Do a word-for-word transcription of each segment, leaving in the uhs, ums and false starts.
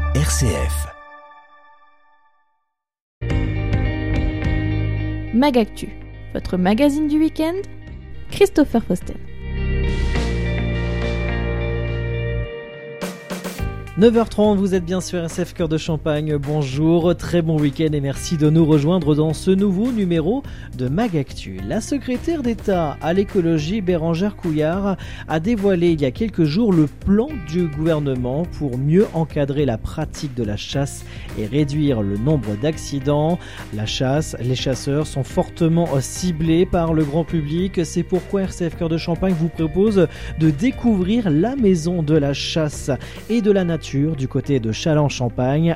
R C F. Magactu, votre magazine du week-end, Christopher Fausten. neuf heures trente, vous êtes bien sur R C F Cœur de Champagne. Bonjour, très bon week-end et merci de nous rejoindre dans ce nouveau numéro de Magactu. La secrétaire d'État à l'écologie, Bérangère Couillard, a dévoilé il y a quelques jours le plan du gouvernement pour mieux encadrer la pratique de la chasse et réduire le nombre d'accidents. La chasse, les chasseurs sont fortement ciblés par le grand public. C'est pourquoi R C F Cœur de Champagne vous propose de découvrir la maison de la chasse et de la nature du côté de Châlons-Champagne.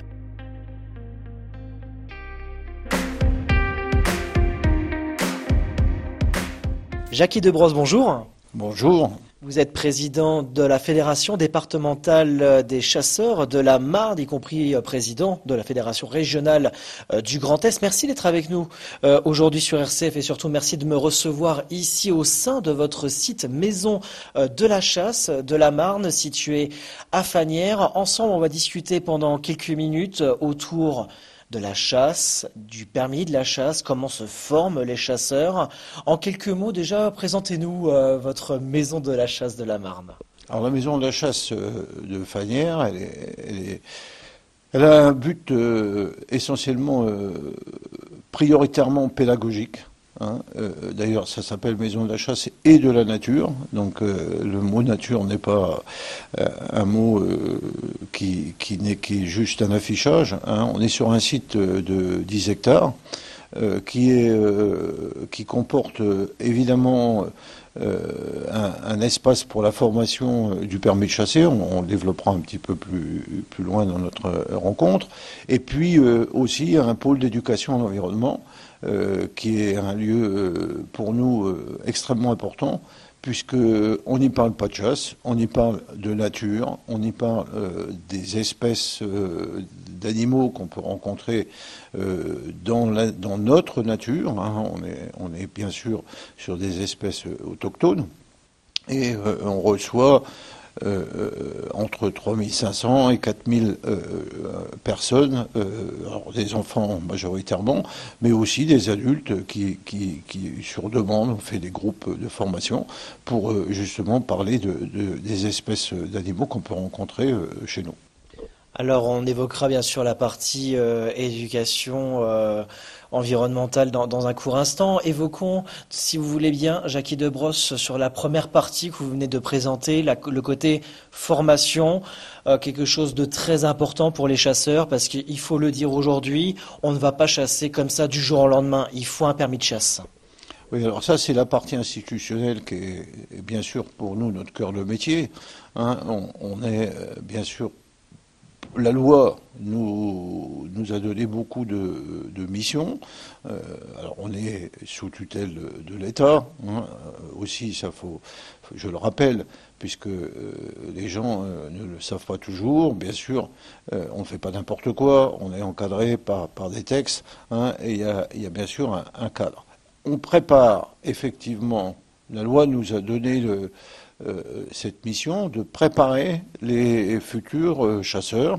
Jackie Debrosse, bonjour. Bonjour. Vous êtes président de la Fédération départementale des chasseurs de la Marne, y compris président de la Fédération régionale du Grand Est. Merci d'être avec nous aujourd'hui sur R C F et surtout merci de me recevoir ici au sein de votre site Maison de la Chasse de la Marne, située à Fagnières. Ensemble, on va discuter pendant quelques minutes autour de la chasse, du permis de la chasse, comment se forment les chasseurs. En quelques mots, déjà, présentez-nous euh, votre maison de la chasse de la Marne. Alors la maison de la chasse euh, de Fagnières, elle, est, elle, est, elle a un but euh, essentiellement, euh, prioritairement pédagogique. Hein. Euh, d'ailleurs, ça s'appelle maison de la chasse et de la nature. Donc euh, le mot nature n'est pas euh, un mot euh, qui, qui n'est qui est juste un affichage. Hein. On est sur un site de dix hectares euh, qui, est, euh, qui comporte euh, évidemment euh, un, un espace pour la formation du permis de chasser. On, on le développera un petit peu plus, plus loin dans notre rencontre. Et puis euh, aussi un pôle d'éducation à l'environnement. Euh, qui est un lieu euh, pour nous euh, extrêmement important, puisqu'on n'y parle pas de chasse, on y parle de nature, on y parle euh, des espèces euh, d'animaux qu'on peut rencontrer euh, dans, la, dans notre nature. Hein. On est, on est bien sûr sur des espèces autochtones, et euh, on reçoit Euh, entre trois mille cinq cents et quatre mille euh, personnes, euh, alors des enfants majoritairement, mais aussi des adultes qui, qui, qui, sur demande, ont fait des groupes de formation pour euh, justement parler de, de, des espèces d'animaux qu'on peut rencontrer euh, chez nous. Alors on évoquera bien sûr la partie euh, éducation euh, environnementale dans, dans un court instant. Évoquons, si vous voulez bien, Jackie Debrosse, sur la première partie que vous venez de présenter, la, le côté formation, euh, quelque chose de très important pour les chasseurs, parce qu'il faut le dire aujourd'hui, on ne va pas chasser comme ça du jour au lendemain, il faut un permis de chasse. Oui, alors ça c'est la partie institutionnelle qui est, est bien sûr pour nous notre cœur de métier. Hein. On, on est euh, bien sûr... La loi nous, nous a donné beaucoup de, de missions. Euh, alors on est sous tutelle de, de l'État, hein. Aussi, ça faut, je le rappelle, puisque euh, les gens euh, ne le savent pas toujours. Bien sûr, euh, on ne fait pas n'importe quoi, on est encadré par, par des textes, hein, et il y a, y a bien sûr un, un cadre. On prépare effectivement, la loi nous a donné le... Euh, cette mission de préparer les futurs euh, chasseurs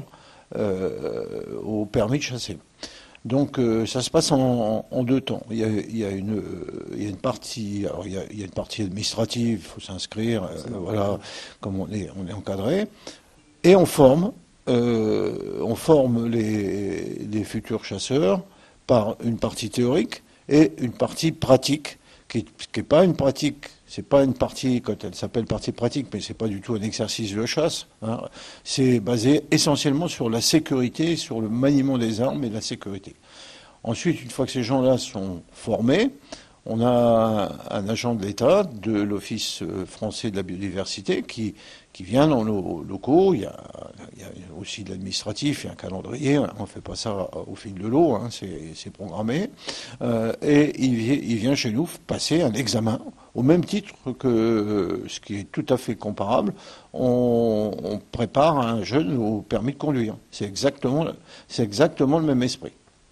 euh, au permis de chasser. Donc euh, ça se passe en, en deux temps. Il y a, il y a, une, il y a une partie, alors il y a, il y a une partie administrative, il faut s'inscrire, euh, voilà, comme on est, on est encadré, et on forme, euh, on forme les, les futurs chasseurs par une partie théorique et une partie pratique, qui n'est pas une pratique. C'est pas une partie, quand elle s'appelle partie pratique, mais c'est pas du tout un exercice de chasse. Hein. C'est basé essentiellement sur la sécurité, sur le maniement des armes et la sécurité. Ensuite, une fois que ces gens-là sont formés, on a un agent de l'État, de l'Office français de la biodiversité, qui, qui vient dans nos locaux. Il y a, il y a aussi de l'administratif, il y a un calendrier, on ne fait pas ça au fil de l'eau, hein, c'est programmé. Euh, et il, il vient chez nous passer un examen, au même titre que, ce qui est tout à fait comparable, on, on prépare un jeune au permis de conduire. C'est exactement, c'est exactement le même esprit.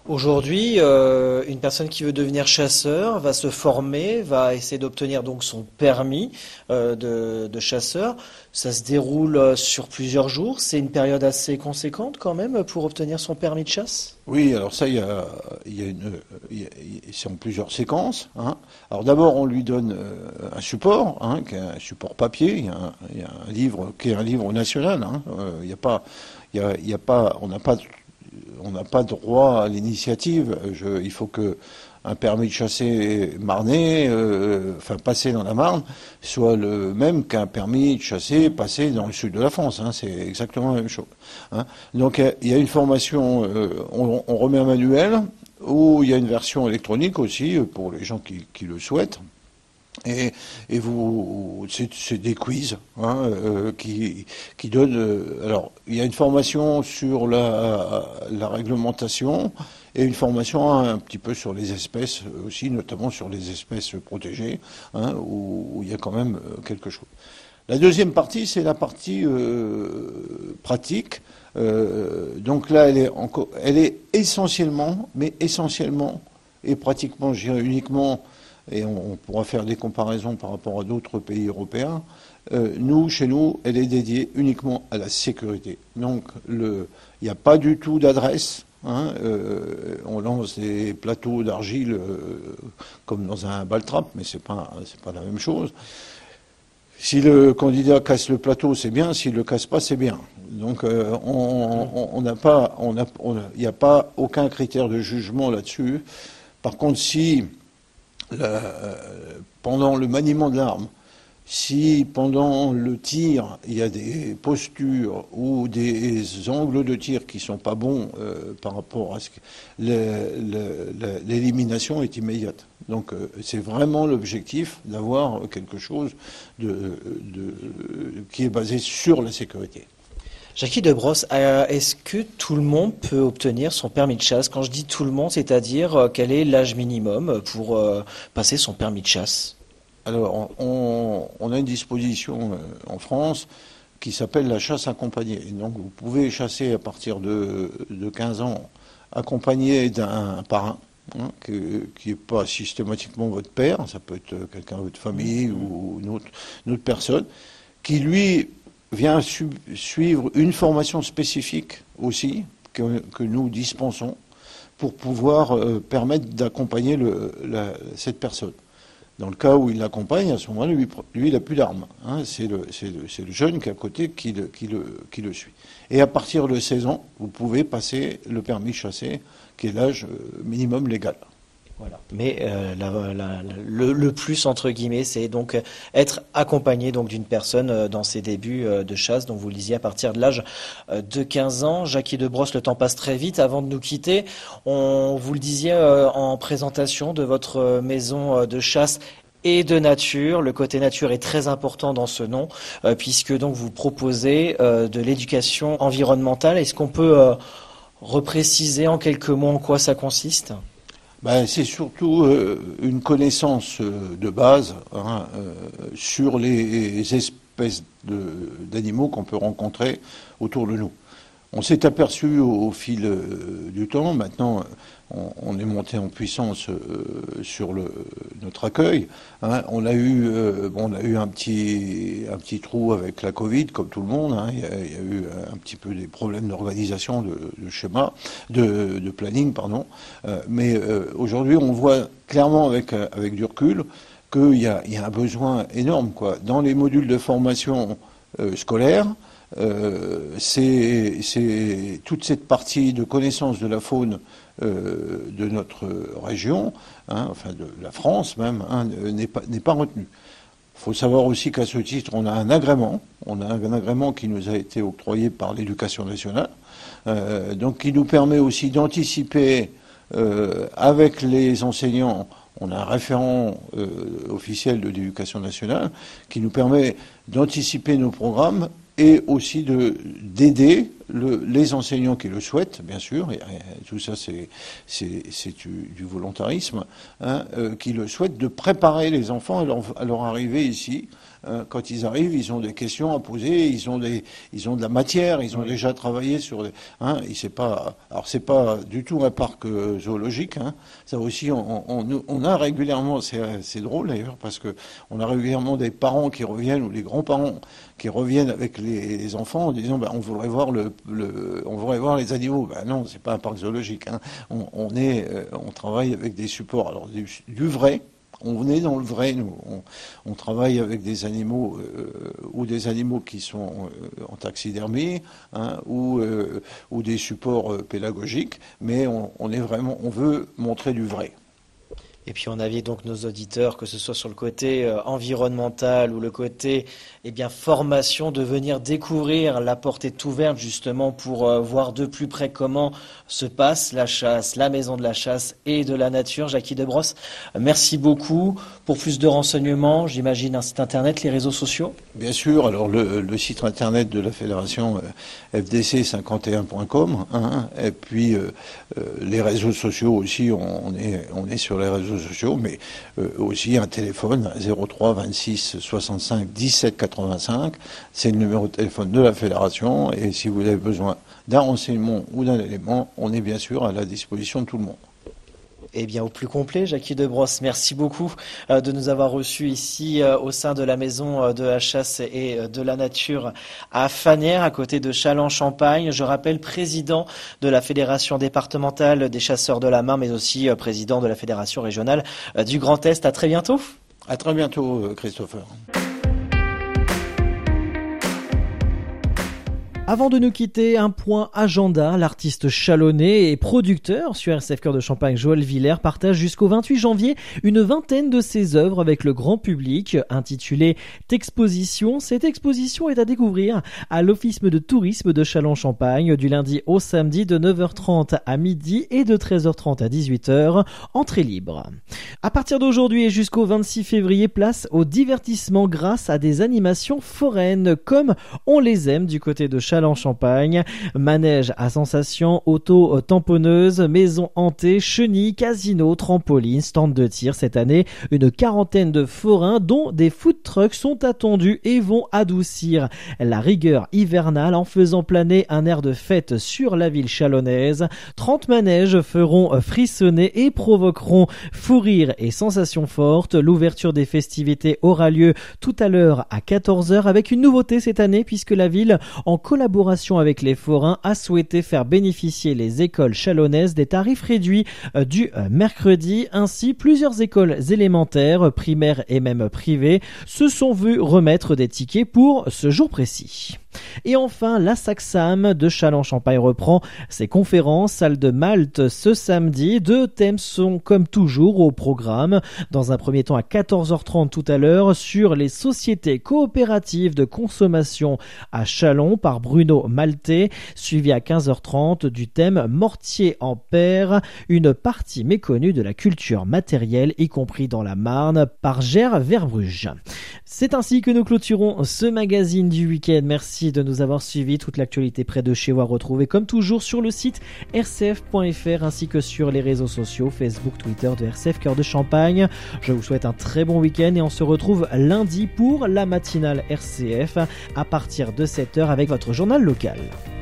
Aujourd'hui, euh, une personne qui veut devenir chasseur va se former, va essayer d'obtenir donc son permis euh, de, de chasseur. Ça se déroule euh, sur plusieurs jours. C'est une période assez conséquente quand même pour obtenir son permis de chasse. Oui, alors ça, il y a, il y a une, il y a, c'est en plusieurs séquences. Hein. Alors d'abord, on lui donne euh, un support, hein, qui est un support papier. Il y a un, il y a un livre qui est un livre national. Hein. Euh, il y a pas, il y a, il y a pas, on n'a pas On n'a pas droit à l'initiative. Je, il faut que un permis de chasser marnais, euh, enfin passé dans la Marne, soit le même qu'un permis de chasser passé dans le sud de la France. Hein, c'est exactement la même chose. Hein. Donc il y a une formation, euh, on, on remet un manuel, où il y a une version électronique aussi pour les gens qui, qui le souhaitent. Et, et vous, c'est, c'est des quiz hein, euh, qui, qui donnent. Euh, alors, il y a une formation sur la, la réglementation et une formation un, un petit peu sur les espèces aussi, notamment sur les espèces protégées, hein, où, où il y a quand même quelque chose. La deuxième partie, c'est la partie euh, pratique. Euh, donc là, elle est, encore, elle est essentiellement, mais essentiellement et pratiquement, je dirais uniquement. Et on pourra faire des comparaisons par rapport à d'autres pays européens. Euh, nous, chez nous, elle est dédiée uniquement à la sécurité. Donc, il n'y a pas du tout d'adresse. Hein, euh, on lance des plateaux d'argile euh, comme dans un baltrap, mais c'est pas, c'est pas la même chose. Si le candidat casse le plateau, c'est bien. S'il le casse pas, c'est bien. Donc, euh, on n'a pas, on a, il n'y a pas aucun critère de jugement là-dessus. Par contre, si La, pendant le maniement de l'arme, si pendant le tir, il y a des postures ou des angles de tir qui ne sont pas bons euh, par rapport à ce que le, le, l'élimination est immédiate. Donc euh, c'est vraiment l'objectif d'avoir quelque chose de, de, qui est basé sur la sécurité. Jackie Debrosse, euh, est-ce que tout le monde peut obtenir son permis de chasse? Quand je dis tout le monde, c'est-à-dire euh, quel est l'âge minimum pour euh, passer son permis de chasse? Alors, on, on a une disposition euh, en France qui s'appelle la chasse accompagnée. Et donc, vous pouvez chasser à partir de, de quinze ans, accompagné d'un parrain, hein, qui n'est pas systématiquement votre père, ça peut être quelqu'un de votre famille ou une autre, une autre personne, qui lui vient su- suivre une formation spécifique aussi que, que nous dispensons pour pouvoir euh, permettre d'accompagner le, la, cette personne. Dans le cas où il l'accompagne, à ce moment-là, lui, lui il n'a plus d'armes. Hein, c'est, le, c'est, le, c'est le jeune qui est à côté qui le, qui, le, qui le suit. Et à partir de seize ans, vous pouvez passer le permis de chasser, qui est l'âge minimum légal. Voilà. Mais euh, la, la, la, le, le plus entre guillemets, c'est donc être accompagné donc d'une personne euh, dans ses débuts euh, de chasse. Donc vous le disiez à partir de l'âge euh, de quinze ans. Jackie Debrosse, le temps passe très vite. Avant de nous quitter, on vous le disiez euh, en présentation de votre euh, maison euh, de chasse et de nature. Le côté nature est très important dans ce nom, euh, puisque donc vous proposez euh, de l'éducation environnementale. Est-ce qu'on peut euh, repréciser en quelques mots en quoi ça consiste ? Ben, c'est surtout euh, une connaissance euh, de base hein, euh, sur les espèces de, d'animaux qu'on peut rencontrer autour de nous. On s'est aperçu au, au fil euh, du temps, maintenant on, on est monté en puissance euh, sur le, notre accueil. Hein. On a eu, euh, bon, on a eu un petit, un petit trou avec la Covid, comme tout le monde. Hein. Il y a, il y a eu un petit peu des problèmes d'organisation, de, de schéma, de, de planning, pardon. Euh, mais euh, aujourd'hui, on voit clairement avec, avec du recul qu'il y a, il y a un besoin énorme, quoi. Dans les modules de formation euh, scolaire, Euh, c'est, c'est toute cette partie de connaissance de la faune euh, de notre région, hein, enfin de la France même, hein, n'est pas, n'est pas retenue. Il faut savoir aussi qu'à ce titre, on a un agrément, on a un agrément qui nous a été octroyé par l'Éducation nationale, euh, donc qui nous permet aussi d'anticiper euh, avec les enseignants. On a un référent euh, officiel de l'Éducation nationale qui nous permet d'anticiper nos programmes et aussi de, d'aider le, les enseignants qui le souhaitent, bien sûr, et, et tout ça c'est, c'est, c'est du, du volontarisme, hein, euh, qui le souhaitent, de préparer les enfants à leur, à leur arrivée ici, euh, quand ils arrivent, ils ont des questions à poser, ils ont des, ils ont de la matière, ils ont oui. déjà travaillé sur, des, hein, et c'est pas, alors c'est pas du tout un parc euh, zoologique, hein, ça aussi, on, on, on a régulièrement, c'est, c'est drôle d'ailleurs, parce que on a régulièrement des parents qui reviennent ou les grands-parents qui reviennent avec les, les enfants en disant, ben, on voudrait voir le, le, on voudrait voir les animaux. Ben non, c'est pas un parc zoologique, hein. On, on est, euh, on travaille avec des supports, alors du, du vrai. On est dans le vrai, nous. On, on travaille avec des animaux euh, ou des animaux qui sont euh, en taxidermie, hein, ou, euh, ou des supports euh, pédagogiques, mais on, on est vraiment, on veut montrer du vrai. Et puis on invite donc nos auditeurs, que ce soit sur le côté euh, environnemental ou le côté eh bien, formation, de venir découvrir. La porte est ouverte justement pour euh, voir de plus près comment se passe la chasse, la maison de la chasse et de la nature. Jackie Debrosse, euh, merci beaucoup. Pour plus de renseignements, j'imagine un site internet, les réseaux sociaux ? Bien sûr, alors le, le site internet de la fédération euh, F D C cinquante et un point com, hein, et puis euh, euh, les réseaux sociaux aussi, on, on, est, on est sur les réseaux sociaux, mais euh, aussi un téléphone zéro trois vingt-six soixante-cinq dix-sept quatre-vingt-cinq, c'est le numéro de téléphone de la fédération, et si vous avez besoin d'un renseignement ou d'un élément, on est bien sûr à la disposition de tout le monde. Eh bien, au plus complet, Jackie Debrosse, merci beaucoup euh, de nous avoir reçus ici euh, au sein de la maison euh, de la chasse et euh, de la nature à Fanières, à côté de Châlons-Champagne. Je rappelle, président de la Fédération départementale des chasseurs de la Marne, mais aussi euh, président de la Fédération régionale euh, du Grand Est. À très bientôt. À très bientôt, Christopher. Avant de nous quitter, un point agenda. L'artiste chalonnais et producteur sur R C F Cœur de Champagne, Joël Villers, partage jusqu'au vingt-huit janvier une vingtaine de ses œuvres avec le grand public, intitulée T'exposition. Cette exposition est à découvrir à l'Office de tourisme de Châlons-Champagne du lundi au samedi de neuf heures trente à midi et de treize heures trente à dix-huit heures, entrée libre. À partir d'aujourd'hui et jusqu'au vingt-six février, place au divertissement grâce à des animations foraines comme on les aime du côté de Châlons en Champagne, manège à sensations, auto tamponneuse, maison hantée, chenilles, casino, trampoline, stand de tir. Cette année, une quarantaine de forains dont des food trucks sont attendus et vont adoucir la rigueur hivernale en faisant planer un air de fête sur la ville chalonnaise. trente manèges feront frissonner et provoqueront fou rire et sensations fortes. L'ouverture des festivités aura lieu tout à l'heure à quatorze heures avec une nouveauté cette année puisque la ville, en collaboration avec les forains, a souhaité faire bénéficier les écoles chalonnaises des tarifs réduits du mercredi. Ainsi, plusieurs écoles élémentaires, primaires et même privées se sont vues remettre des tickets pour ce jour précis. Et enfin, la Saxam de Châlons-Champagne reprend ses conférences, salle de Malte ce samedi. Deux thèmes sont comme toujours au programme. Dans un premier temps à quatorze heures trente tout à l'heure sur les sociétés coopératives de consommation à Châlons par Bruno Maltais, suivi à quinze heures trente du thème Mortier en paire, une partie méconnue de la culture matérielle, y compris dans la Marne, par Gère Verbruge. C'est ainsi que nous clôturons ce magazine du week-end. Merci de nous avoir suivis. Toute l'actualité près de chez vous à retrouver comme toujours sur le site r c f point f r ainsi que sur les réseaux sociaux Facebook, Twitter de R C F Cœur de Champagne. Je vous souhaite un très bon week-end et on se retrouve lundi pour la matinale R C F à partir de sept heures avec votre journal local.